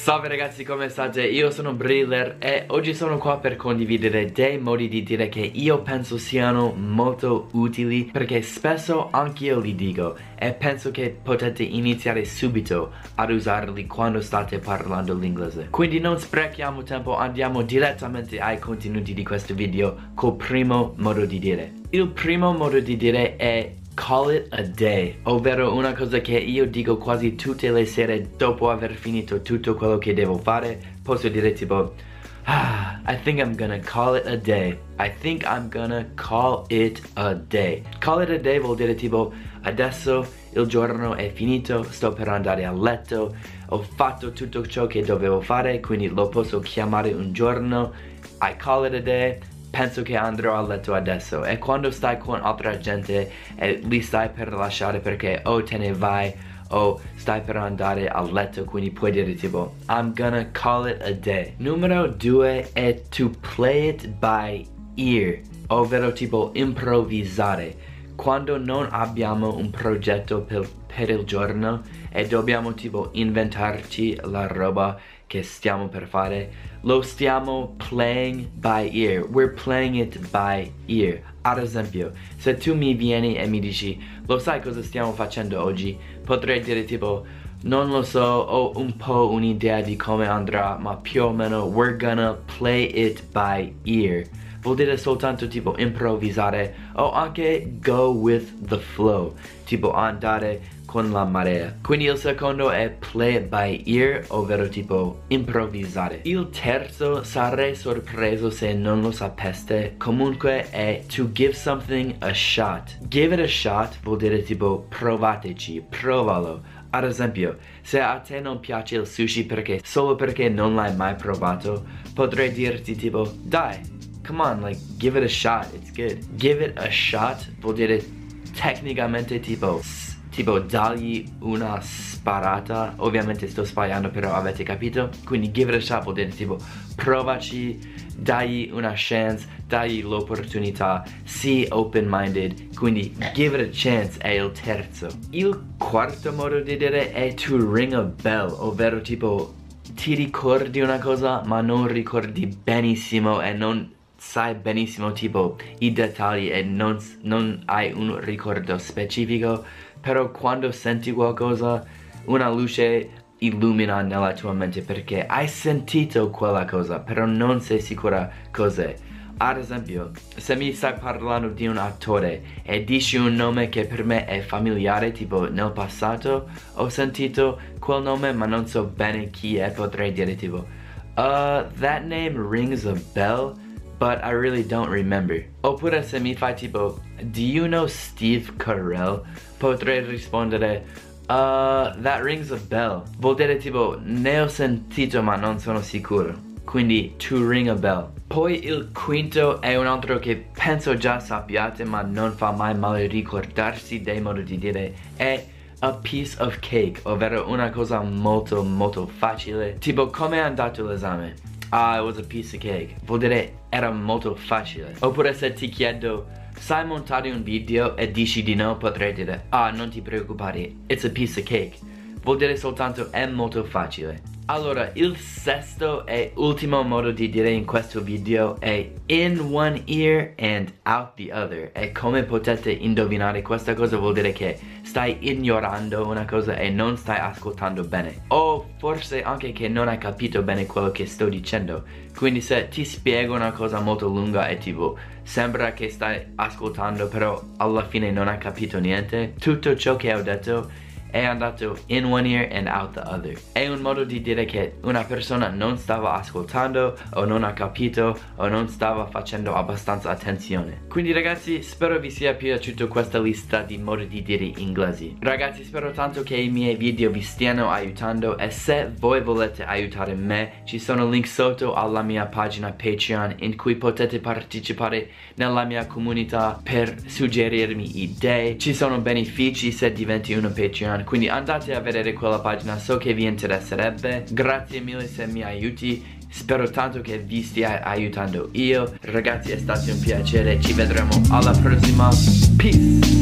Salve ragazzi, come state? Io sono Briller e oggi sono qua per condividere dei modi di dire che io penso siano molto utili, perché spesso anch'io li dico e penso che potete iniziare subito ad usarli quando state parlando l'inglese. Quindi non sprechiamo tempo, andiamo direttamente ai contenuti di questo video col primo modo di dire. Il primo modo di dire è call it a day, ovvero una cosa che io dico quasi tutte le sere dopo aver finito tutto quello che devo fare. Posso dire tipo I think I'm gonna call it a day. I think I'm gonna call it a day. Call it a day vuol dire tipo adesso il giorno è finito, sto per andare a letto, ho fatto tutto ciò che dovevo fare, quindi lo posso chiamare un giorno. I call it a day. Penso che andrò a letto adesso. E quando stai con altra gente e li stai per lasciare perché o te ne vai o stai per andare a letto, quindi puoi dire tipo I'm gonna call it a day. Numero 2 è to play it by ear, ovvero tipo improvvisare. Quando non abbiamo un progetto per il giorno e dobbiamo tipo inventarci la roba che stiamo per fare, lo stiamo playing by ear. We're playing it by ear. Ad esempio, se tu mi vieni e mi dici lo sai cosa stiamo facendo oggi, potrei dire tipo non lo so, ho un po' un'idea di come andrà, ma più o meno we're gonna play it by ear. Vuol dire soltanto tipo improvvisare o anche go with the flow, tipo andare con la marea. Quindi il secondo è play it by ear, ovvero tipo improvvisare. Il terzo, sarei sorpreso se non lo sapeste, comunque è to give something a shot. Give it a shot vuol dire tipo provateci, provalo. Ad esempio, se a te non piace il sushi solo perché non l'hai mai provato, potrei dirti tipo dai, come on, like, give it a shot, it's good. Give it a shot vuol dire tecnicamente tipo dagli una sparata. Ovviamente sto sbagliando, però avete capito? Quindi give it a shot vuol dire tipo provaci, dagli una chance, dagli l'opportunità, sii open-minded. Quindi give it a chance è il terzo. Il quarto modo di dire è to ring a bell, ovvero tipo ti ricordi una cosa ma non ricordi benissimo e non sai benissimo tipo i dettagli e non hai un ricordo specifico, però quando senti qualcosa una luce illumina nella tua mente perché hai sentito quella cosa però non sei sicura cos'è. Ad esempio, se mi stai parlando di un attore e dici un nome che per me è familiare, tipo nel passato ho sentito quel nome ma non so bene chi è, potrei dire tipo that name rings a bell but I really don't remember. Oppure se mi fai tipo do you know Steve Carell, potrei rispondere that rings a bell. Vuol dire tipo ne ho sentito ma non sono sicuro. Quindi to ring a bell. Poi il quinto è un altro che penso già sappiate ma non fa mai male ricordarsi dei modi di dire, è a piece of cake, ovvero una cosa molto molto facile. Tipo come è andato l'esame? It was a piece of cake. Vuol dire era molto facile. Oppure se ti chiedo sai montare un video e dici di no, potrei dire non ti preoccupare, it's a piece of cake. Vuol dire soltanto è molto facile. Allora, il sesto e ultimo modo di dire in questo video è in one ear and out the other. E come potete indovinare, questa cosa vuol dire che stai ignorando una cosa e non stai ascoltando bene. O forse anche che non hai capito bene quello che sto dicendo. Quindi se ti spiego una cosa molto lunga e tipo sembra che stai ascoltando però alla fine non hai capito niente, tutto ciò che ho detto è andato in one ear and out the other. È un modo di dire che una persona non stava ascoltando o non ha capito o non stava facendo abbastanza attenzione. Quindi ragazzi, spero vi sia piaciuta questa lista di modi di dire inglesi. Ragazzi, spero tanto che i miei video vi stiano aiutando e se voi volete aiutare me ci sono link sotto alla mia pagina Patreon in cui potete partecipare nella mia comunità per suggerirmi idee. Ci sono benefici se diventi un Patreon, quindi andate a vedere quella pagina, so che vi interesserebbe. Grazie mille se mi aiuti, spero tanto che vi stia aiutando io. Ragazzi, è stato un piacere, ci vedremo alla prossima, peace!